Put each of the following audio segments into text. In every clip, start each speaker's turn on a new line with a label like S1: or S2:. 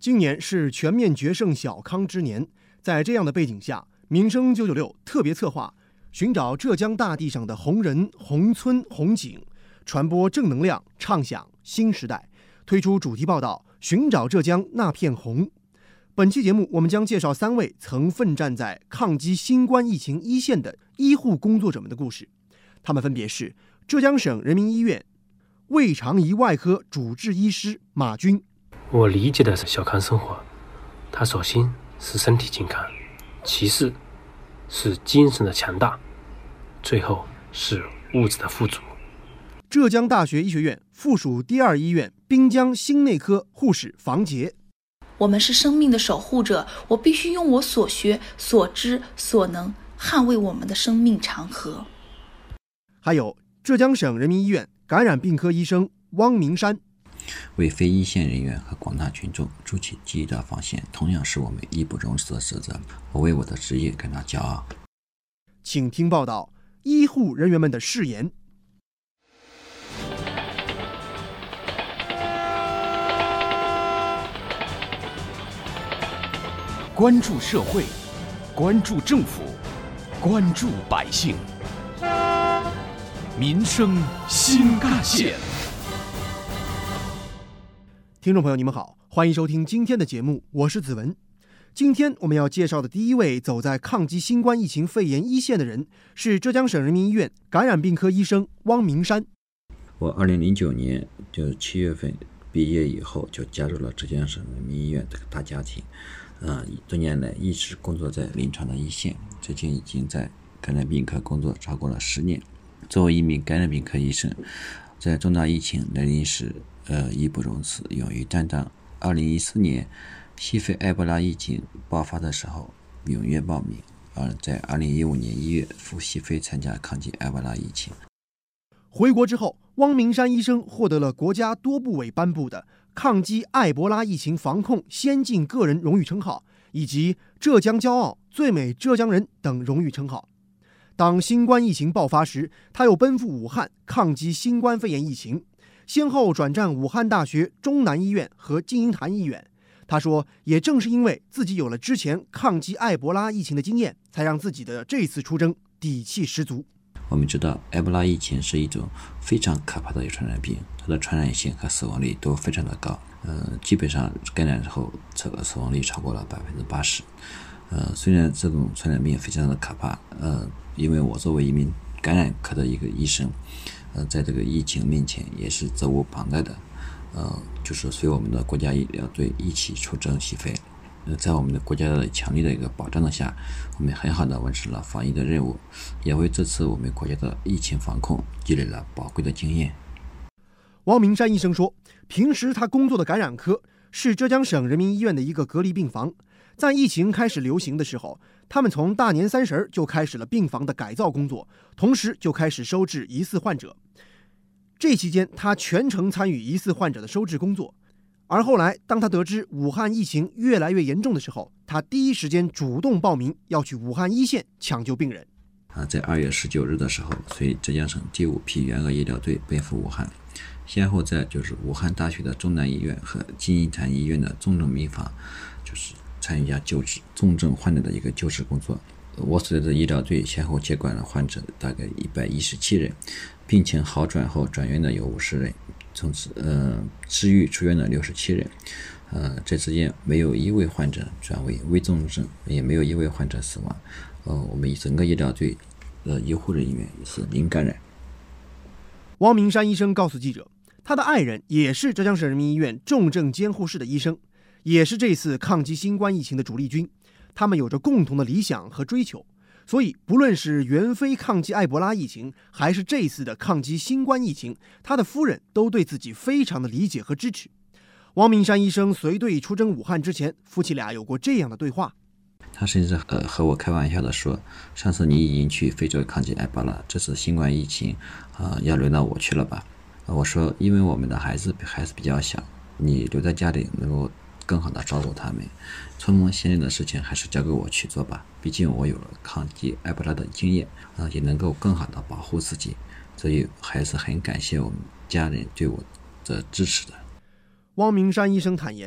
S1: 今年是全面决胜小康之年，在这样的背景下，民生996特别策划寻找浙江大地上的红人、红村、红景，传播正能量，畅想新时代，推出主题报道《寻找浙江那片红》。本期节目，我们将介绍3位曾奋战在抗击新冠疫情一线的医护工作者们的故事。他们分别是浙江省人民医院胃肠胰外科主治医师马军。
S2: 我理解的是小康生活，它首先是身体健康，其次是精神的强大，最后是物质的富足。
S1: 浙江大学医学院附属第2医院滨江心内科护士房杰。
S3: 我们是生命的守护者，我必须用我所学、所知、所能，捍卫我们的生命长河。
S1: 还有浙江省人民医院感染病科医生汪明山。
S4: 为非一线人员和广大群众筑起第一道防线，同样是我们义不容辞的职责。我为我的职业感到骄傲。
S1: 请听报道：医护人员们的誓言。
S5: 关注社会，关注政府，关注百姓，民生新干线。
S1: 听众朋友，你们好，欢迎收听今天的节目，我是子文。今天我们要介绍的第一位走在抗击新冠疫情肺炎一线的人，是浙江省人民医院感染病科医生汪明山。
S4: 我2009年就是7月份毕业以后，就加入了浙江省人民医院这个大家庭。多年来一直工作在临床的一线，最近已经在感染病科工作超过了10年。作为一名感染病科医生，在重大疫情来临时，义不容辞，勇于担当。2014年西非埃博拉疫情爆发的时候，踊跃报名，在2015年1月赴西非参加抗击埃博拉疫情。
S1: 回国之后，汪明山医生获得了国家多部委颁布的抗击埃博拉疫情防控先进个人荣誉称号，以及浙江骄傲、最美浙江人等荣誉称号。当新冠疫情爆发时，他又奔赴武汉抗击新冠肺炎疫情，先后转战武汉大学中南医院和金银潭医院。他说，也正是因为自己有了之前抗击埃博拉疫情的经验，才让自己的这次出征底气十足。
S4: 我们知道埃博拉疫情是一种非常可怕的传染病，它的传染性和死亡率都非常的高，基本上感染之后这个死亡率超过了80%。虽然这种传染病非常的可怕，因为我作为一名感染科的一个医生，在这个疫情面前也是责无旁贷的，就是随我们的国家医疗队一起出征西非。在我们的国家的强力的一个保障下，我们很好的完成了防疫的任务，也为这次我们国家的疫情防控积累了宝贵的经验。
S1: 汪明山医生说，平时他工作的感染科是浙江省人民医院的一个隔离病房，在疫情开始流行的时候，他们从大年30就开始了病房的改造工作，同时就开始收治疑似患者。这期间他全程参与疑似患者的收治工作。而后来，当他得知武汉疫情越来越严重的时候，他第一时间主动报名要去武汉一线抢救病人。
S4: 在2月19日的时候，随浙江省第5批援鄂医疗队奔赴武汉，先后在就是武汉大学的中南医院和金银潭医院的重症病房，就是参与一下救治重症患者的一个救治工作。我所在的医疗队先后接管了患者大概117人，病情好转后转院的有50人，从此治愈出院的67人，这之间没有一位患者转为危重症，也没有一位患者死亡。我们整个医疗队的医护人员是零感染。
S1: 汪明山医生告诉记者，他的爱人也是浙江省人民医院重症监护室的医生，也是这次抗击新冠疫情的主力军。他们有着共同的理想和追求，所以不论是援非抗击埃博拉疫情，还是这次的抗击新冠疫情，他的夫人都对自己非常的理解和支持。汪明山医生随队出征武汉之前，夫妻俩有过这样的对话。
S4: 他甚至和我开玩笑的说，上次你已经去非洲抗击埃博拉，这次新冠疫情要轮到我去了吧？我说，因为我们的孩子比较小，你留在家里能够更好的照顾他们，村盟县令的事情还是交给我去做吧，毕竟我有了抗击埃博拉的经验，也能够更好的保护自己，所以还是很感谢我们家人对我的支持的。
S1: 汪明山医生坦言，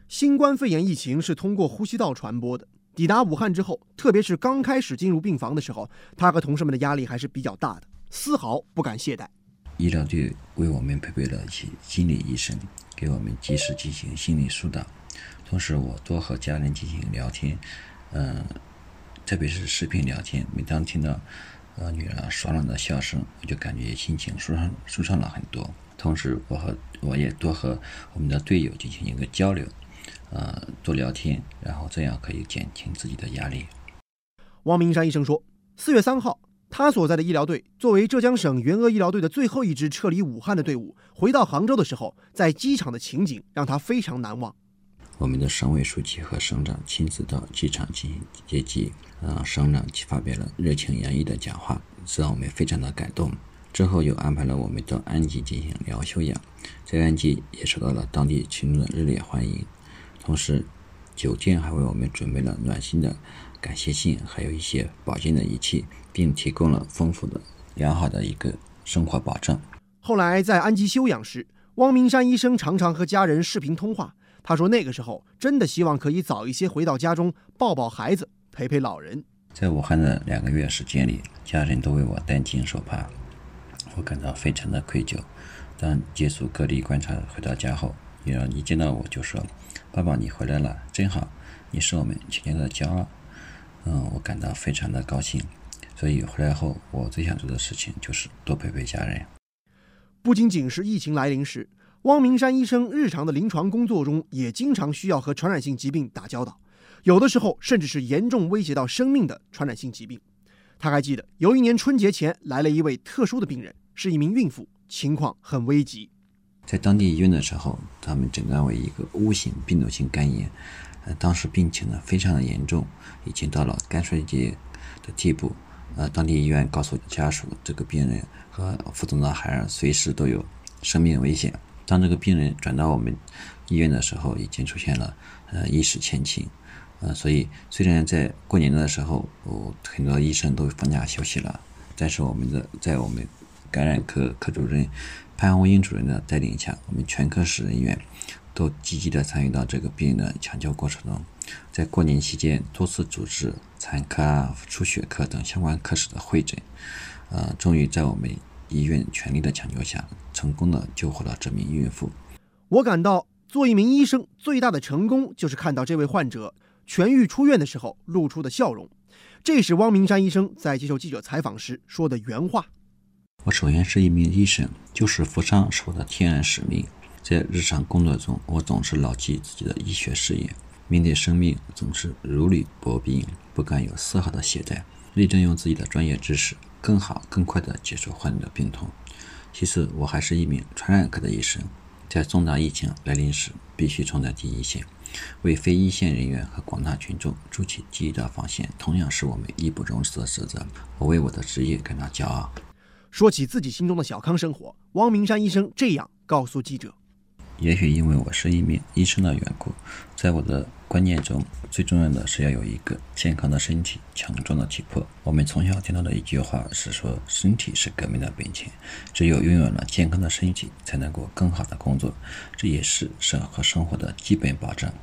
S1: 新冠肺炎疫情是通过呼吸道传播的。抵达武汉之后，特别是刚开始进入病房的时候，他和同事们的压力还是比较大的，丝毫不敢懈怠。
S4: 医疗队为我们配备了一些心理医生，给我们及时进行心理疏导。同时，我多和家人进行聊天，特别是视频聊天。每当听到女儿爽朗的笑声，我就感觉心情舒畅了很多。同时，我也多和我们的队友进行一个交流，多聊天，然后这样可以减轻自己的压力。
S1: 汪明山医生说，4月3号，他所在的医疗队作为浙江省援鄂医疗队的最后一支撤离武汉的队伍，回到杭州的时候，在机场的情景让他非常难忘。
S4: 我们的省委书记和省长亲自到机场进行接机，省长发表了热情洋溢的讲话，让我们非常的感动。之后又安排了我们到安吉进行疗休养，在安吉也受到了当地群众的热烈欢迎。同时，酒店还为我们准备了暖心的感谢信，还有一些保健的仪器，并提供了丰富的良好的一个生活保障。
S1: 后来在安吉休养时，汪明山医生常常和家人视频通话。他说那个时候真的希望可以早一些回到家中，抱抱孩子，陪陪老人。在武汉的2个月时间里，家人都为我担惊受怕，我感到非常的愧疚。当结束隔离观察回到家后，女儿一见到我就说：“爸爸，你回来了，真好，你是我们全家的骄傲。”我感到非常的高兴。所以回来后，我最想做的事情就是多陪陪家人。不仅仅是疫情来临时，汪明山医生日常的临床工作中也经常需要和传染性疾病打交道，有的时候甚至是严重威胁到生命的传染性疾病。他还记得有一年春节前来了一位特殊的病人，是一名孕妇，情况很危急。在当地医院的时候，他们诊断为一个U型病毒性肝炎，当时病情呢非常的严重，已经到了肝衰竭的地步。当地医院告诉家属，这个病人和腹中的孩儿随时都有生命危险。当这个病人转到我们医院的时候，已经出现了意识前倾。所以虽然在过年的时候，很多医生都放假休息了，但是在我们感染科科主任潘红英主任的带领下，我们全科室人员都积极的参与到这个病人的抢救过程中。在过年期间多次组织产科、出血科等相关科室的会诊，终于在我们医院全力的抢救下，成功的救活了这名孕妇。我感到做一名医生最大的成功，就是看到这位患者痊愈出院的时候露出的笑容。这是汪明山医生在接受记者采访时说的原话。我首先是一名医生，救死扶伤是我的天然使命。在日常工作中，我总是牢记自己的医学事业，面对生命总是如履薄冰，不敢有丝毫的懈怠，力争用自己的专业知识更好更快地解除患者的病痛。其次，我还是一名传染科的医生，在重大疫情来临时必须冲在第一线，为非一线人员和广大群众筑起第一道防线，同样是我们义不容辞的职责。我为我的职业感到骄傲。说起自己心中的小康生活，汪明山医生这样告诉记者：也许因为我是一名医生的缘故，在我的观念中，最重要的是要有一个健康的身体，强壮的体魄。我们从小听到的一句话是说，身体是革命的本钱，只有拥有了健康的身体，才能够更好的工作，这也是生活的基本保障。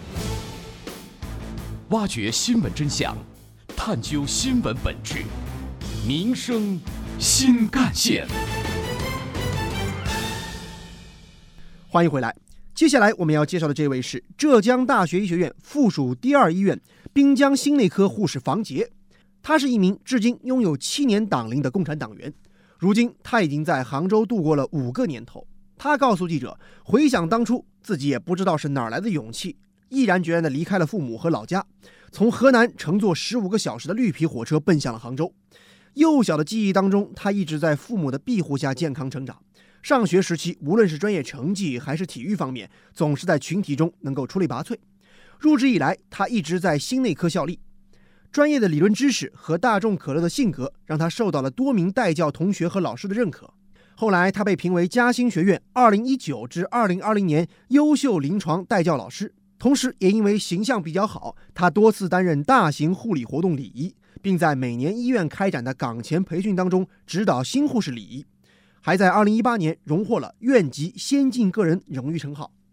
S5: 挖掘新闻真相，探究新闻本质，民生新干线。
S1: 欢迎回来。接下来我们要介绍的这位是浙江大学医学院附属第2医院滨江心内科护士房杰。他是一名至今拥有7年党龄的共产党员，如今他已经在杭州度过了5个年头。他告诉记者，回想当初自己也不知道是哪儿来的勇气，毅然决然地离开了父母和老家，从河南乘坐15个小时的绿皮火车奔向了杭州。幼小的记忆当中，他一直在父母的庇护下健康成长。上学时期，无论是专业成绩还是体育方面，总是在群体中能够出类拔萃。入职以来，他一直在心内科效力，专业的理论知识和大众可乐的性格，让他受到了多名带教同学和老师的认可。后来，他被评为嘉兴学院2019至2020年优秀临床带教老师，同时也因为形象比较好，他多次担任大型护理活动礼仪，并在每年医院开展的岗前培训当中指导新护士礼仪。还在2018年荣获了院级先进个人荣誉称号。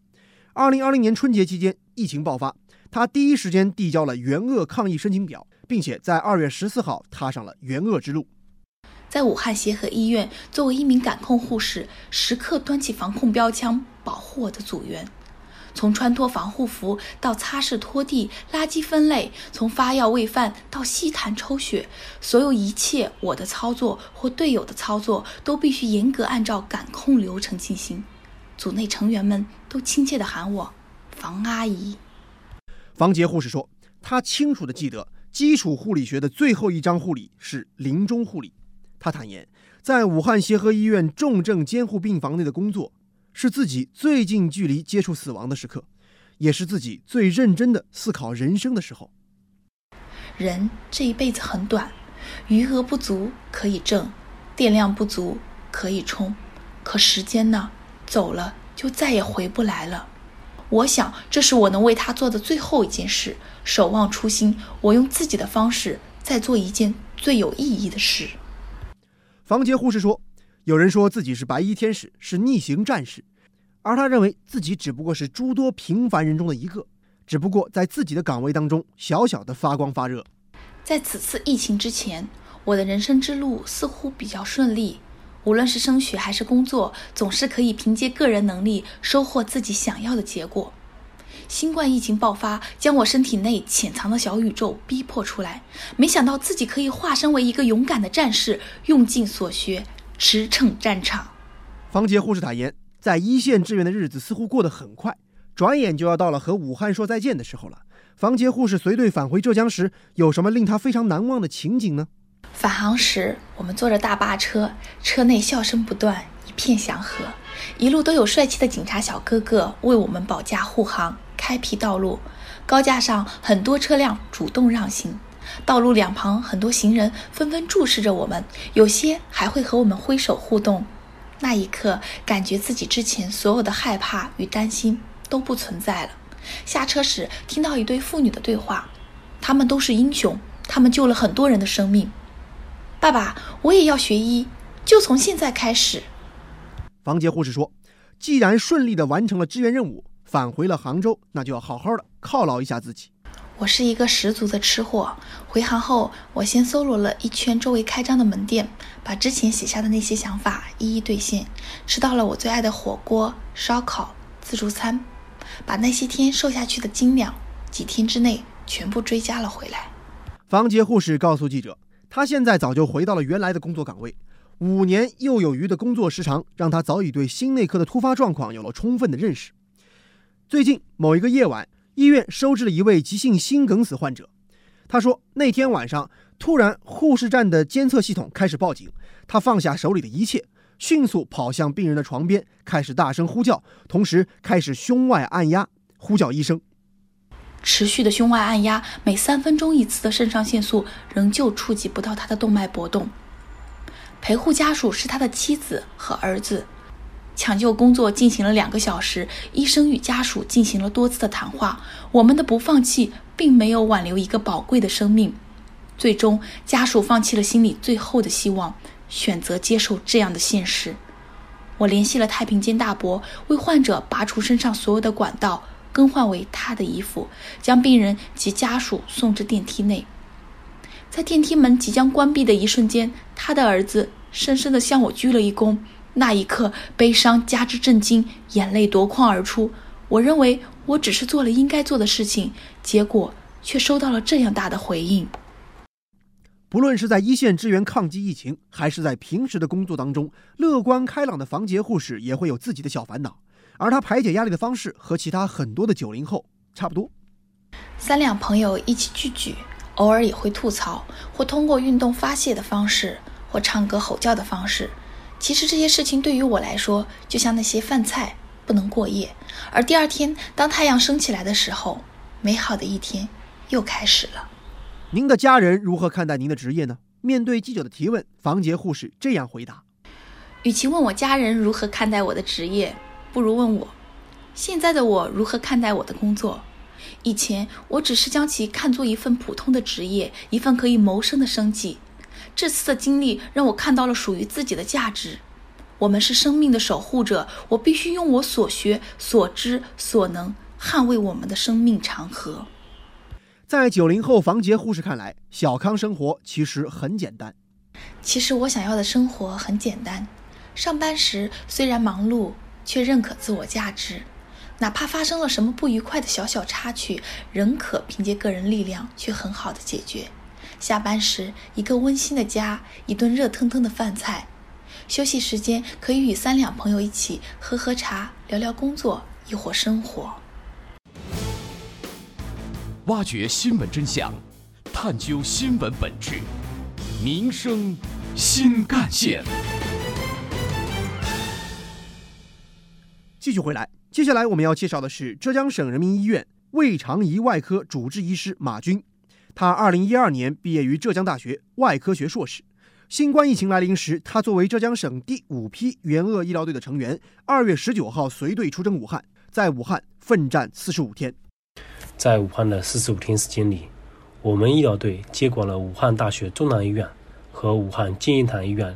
S1: 2020年春节期间，疫情爆发，他第一时间递交了援鄂抗疫申请表，并且在2月14号踏上了援鄂之路。
S3: 在武汉协和医院，作为一名感控护士，时刻端起防控标枪，保护我的组员。从穿脱防护服到擦拭拖地、垃圾分类，从发药喂饭到吸痰抽血，所有一切我的操作或队友的操作都必须严格按照感控流程进行。组内成员们都亲切地喊我房阿姨。
S1: 房杰护士说，她清楚地记得基础护理学的最后一章护理是临终护理。她坦言，在武汉协和医院重症监护病房内的工作是自己最近距离接触死亡的时刻，也是自己最认真的思考人生的时候。
S3: 人这一辈子很短，余额不足可以挣，电量不足可以充，可时间呢，走了就再也回不来了。我想这是我能为他做的最后一件事，守望初心，我用自己的方式再做一件最有意义的事。
S1: 房杰护士说，有人说自己是白衣天使，是逆行战士，而他认为自己只不过是诸多平凡人中的一个，只不过在自己的岗位当中小小的发光发热。
S3: 在此次疫情之前，我的人生之路似乎比较顺利，无论是升学还是工作，总是可以凭借个人能力收获自己想要的结果。新冠疫情爆发，将我身体内潜藏的小宇宙逼迫出来，没想到自己可以化身为一个勇敢的战士，用尽所学，驰骋战场。
S1: 房杰护士坦言，在一线支援的日子似乎过得很快，转眼就要到了和武汉说再见的时候了。房杰护士随队返回浙江时，有什么令他非常难忘的情景呢？
S3: 返航时，我们坐着大巴车，车内笑声不断，一片祥和，一路都有帅气的警察小哥哥为我们保驾护航，开辟道路。高架上很多车辆主动让行，道路两旁很多行人纷纷注视着我们，有些还会和我们挥手互动。那一刻，感觉自己之前所有的害怕与担心都不存在了。下车时，听到一对父女的对话，他们都是英雄，他们救了很多人的生命。爸爸，我也要学医，就从现在开始。
S1: 房杰护士说，既然顺利地完成了支援任务，返回了杭州，那就要好好的犒劳一下自己。
S3: 我是一个十足的吃货，回航后我先搜罗了一圈周围开张的门店，把之前写下的那些想法一一兑现，吃到了我最爱的火锅、烧烤、自助餐，把那些天瘦下去的斤两几天之内全部追加了回来。
S1: 房杰护士告诉记者，他现在早就回到了原来的工作岗位，5年又有余的工作时长让他早已对心内科的突发状况有了充分的认识。最近某一个夜晚，医院收治了一位急性心梗死患者。他说，那天晚上突然护士站的监测系统开始报警，他放下手里的一切，迅速跑向病人的床边，开始大声呼叫，同时开始胸外按压，呼叫医生。
S3: 持续的胸外按压，每3分钟一次的肾上腺素仍旧触及不到他的动脉搏动。陪护家属是他的妻子和儿子。抢救工作进行了2个小时，医生与家属进行了多次的谈话，我们的不放弃并没有挽留一个宝贵的生命。最终家属放弃了心里最后的希望，选择接受这样的现实。我联系了太平间大伯，为患者拔除身上所有的管道，更换为他的衣服，将病人及家属送至电梯内。在电梯门即将关闭的一瞬间，他的儿子深深地向我鞠了一躬。那一刻，悲伤加之震惊，眼泪夺眶而出。我认为我只是做了应该做的事情，结果却收到了这样大的回应。
S1: 不论是在一线支援抗击疫情，还是在平时的工作当中，乐观开朗的房杰护士也会有自己的小烦恼，而他排解压力的方式和其他很多的90后差不多。
S3: 3两朋友一起聚聚，偶尔也会吐槽，或通过运动发泄的方式，或唱歌吼叫的方式。其实这些事情对于我来说，就像那些饭菜，不能过夜。而第二天，当太阳升起来的时候，美好的一天又开始了。
S1: 您的家人如何看待您的职业呢？面对记者的提问，房杰护士这样回答：
S3: 与其问我家人如何看待我的职业，不如问我现在的我如何看待我的工作。以前我只是将其看作一份普通的职业，一份可以谋生的生计。这次的经历让我看到了属于自己的价值。 我们是生命的守护者，我必须用我所学、所知、所能，捍卫我们的生命长河。
S1: 在90后房杰护士看来，小康生活其实很简单。
S3: 其实我想要的生活很简单，上班时虽然忙碌，却认可自我价值，哪怕发生了什么不愉快的小小插曲，仍可凭借个人力量去很好的解决。下班时，一个温馨的家，一顿热腾腾的饭菜。休息时间可以与3两朋友一起喝喝茶，聊聊工作，亦或生活。
S5: 挖掘新闻真相，探究新闻本质，民生新干线。
S1: 继续回来，接下来我们要介绍的是浙江省人民医院胃肠胰外科主治医师马军。他2012年毕业于浙江大学外科学硕士。新冠疫情来临时，他作为浙江省第5批援鄂医疗队的成员，2月19号随队出征武汉，在武汉奋战45天。
S2: 在武汉的45天时间里，我们医疗队接管了武汉大学中南医院和武汉金银潭医院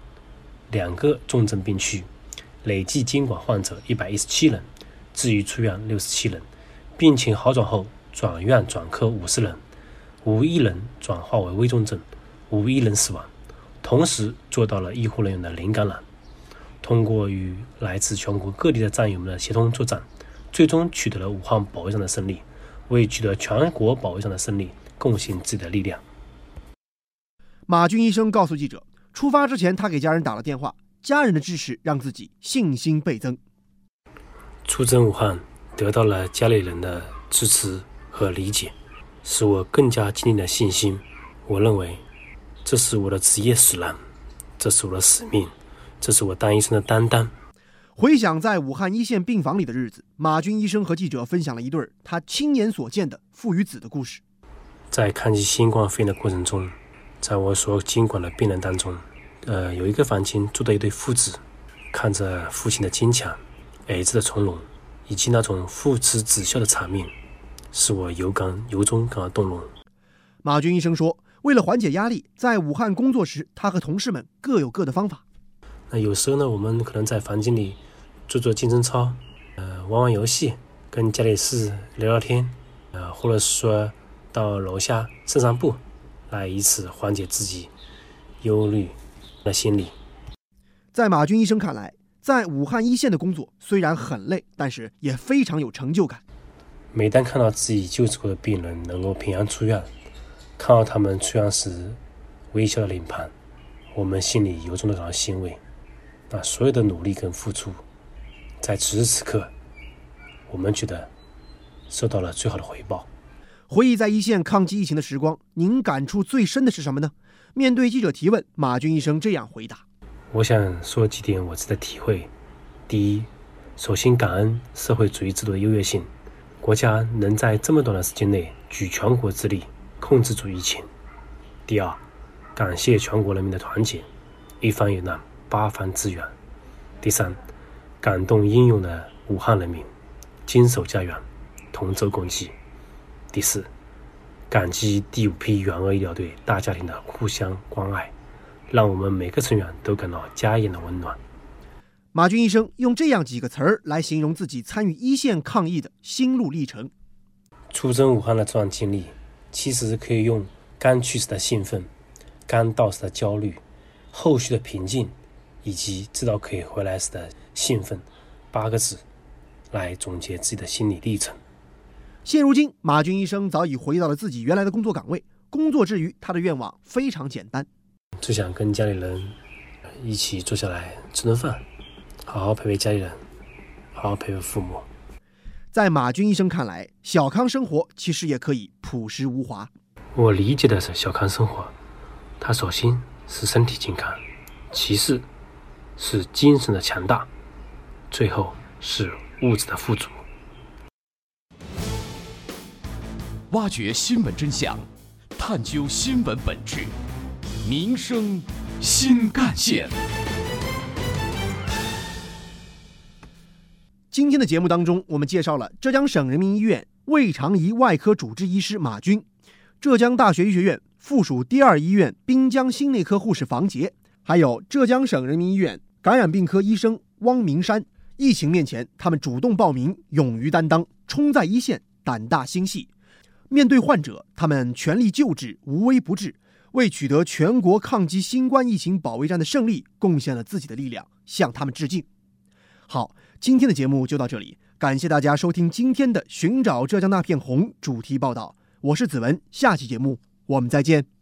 S2: 2个重症病区，累计监管患者117人，治愈出院67人，病情好转后转院转科50人，无1人转化为危重症，无1人死亡。同时做到了医护人员的零感染。通过与来自全国各地的战友们的协同作战，最终取得了武汉保卫战的胜利，为取得全国保卫战的胜利贡献自己的力量。
S1: 马军医生告诉记者，出发之前他给家人打了电话，家人的支持让自己信心倍增。
S2: 出征武汉得到了家里人的支持和理解，使我更加坚定了信心。我认为这是我的职业使然，这是我的使命，这是我当医生的担当。
S1: 回想在武汉一线病房里的日子，马军医生和记者分享了一对他亲眼所见的父与子的故事。
S2: 在抗击新冠肺炎的过程中，在我所监管的病人当中，有一个房间住的一对父子，看着父亲的坚强，儿子的从容，以及那种父慈子孝的场面，使我由衷感到动容。
S1: 马军医生说，为了缓解压力，在武汉工作时，他和同事们各有各的方法。
S2: 那有时候呢，我们可能在房间里做做健身操，玩玩游戏，跟家里事聊聊天，或者说到楼下散散步，来以此缓解自己忧虑的心理。
S1: 在马军医生看来，在武汉一线的工作虽然很累，但是也非常有成就感。
S2: 每当看到自己救治过的病人能够平安出院，看到他们出院时微笑的脸庞，我们心里由衷的感到欣慰。那所有的努力跟付出，在此时此刻，我们觉得受到了最好的回报。
S1: 回忆在一线抗击疫情的时光，您感触最深的是什么呢？面对记者提问，马军医生这样回答：
S2: 我想说几点我自己的体会。第一，首先感恩社会主义制度的优越性，国家能在这么短的时间内举全国之力控制住疫情。第二，感谢全国人民的团结，一方有难8方支援。第三，感动英勇的武汉人民，坚守家园，同舟共济。第四，感激第5批援鄂医疗队大家庭的互相关爱，让我们每个成员都感到家一样的温暖。
S1: 马军医生用这样几个词儿来形容自己参与一线抗疫的心路历程。
S2: 出征武汉的这段经历，其实可以用刚去时的兴奋，刚到时的焦虑，后续的平静，以及知道可以回来时的兴奋8个字来总结自己的心理历程。
S1: 现如今，马军医生早已回到了自己原来的工作岗位。工作之余，他的愿望非常简单，
S2: 只想跟家里人一起坐下来吃顿饭，好好陪陪家里人，好好陪陪父母。
S1: 在马军医生看来，小康生活其实也可以朴实无华。
S2: 我理解的是小康生活，它首先是身体健康，其次是精神的强大，最后是物质的富足。
S5: 挖掘新闻真相，探究新闻本质，民生新干线。
S1: 今天的节目当中，我们介绍了浙江省人民医院胃肠胰外科主治医师马军，浙江大学医学院附属第2医院滨江心内科护士房杰，还有浙江省人民医院感染病科医生汪明山。疫情面前，他们主动报名，勇于担当，冲在一线，胆大心细。面对患者，他们全力救治，无微不至，为取得全国抗击新冠疫情保卫战的胜利贡献了自己的力量，向他们致敬。好，今天的节目就到这里，感谢大家收听今天的《寻找浙江那片红》主题报道，我是子文，下期节目我们再见。